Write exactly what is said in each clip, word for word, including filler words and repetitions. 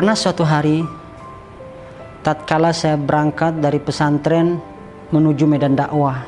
Pernah suatu hari, tatkala saya berangkat dari pesantren menuju medan dakwah.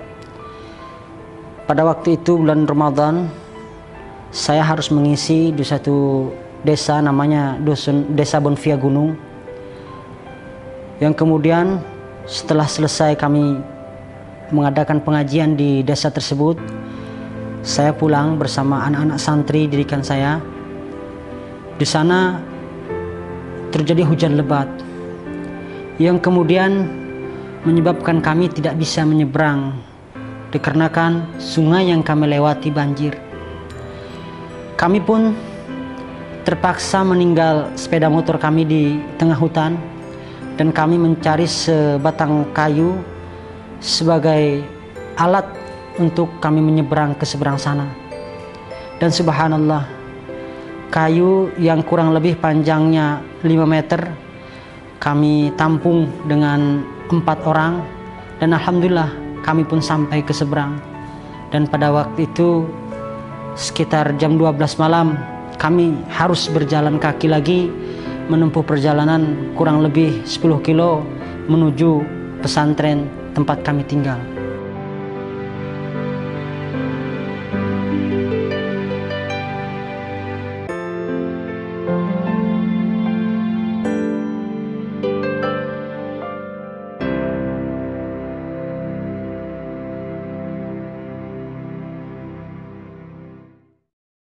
Pada waktu itu bulan Ramadan, saya harus mengisi di satu desa namanya Dusun, Desa Bonfia Gunung. Yang kemudian setelah selesai kami mengadakan pengajian di desa tersebut, saya pulang bersama anak-anak santri didikan saya. Di sana terjadi hujan lebat yang kemudian menyebabkan kami tidak bisa menyeberang dikarenakan sungai yang kami lewati banjir. Kami pun terpaksa meninggal sepeda motor kami di tengah hutan dan kami mencari sebatang kayu sebagai alat untuk kami menyeberang ke seberang sana. Dan subhanallah, kayu yang kurang lebih panjangnya lima meter kami tampung dengan empat orang, dan alhamdulillah kami pun sampai ke seberang. Dan pada waktu itu sekitar jam dua belas malam kami harus berjalan kaki lagi menempuh perjalanan kurang lebih sepuluh kilo menuju pesantren tempat kami tinggal.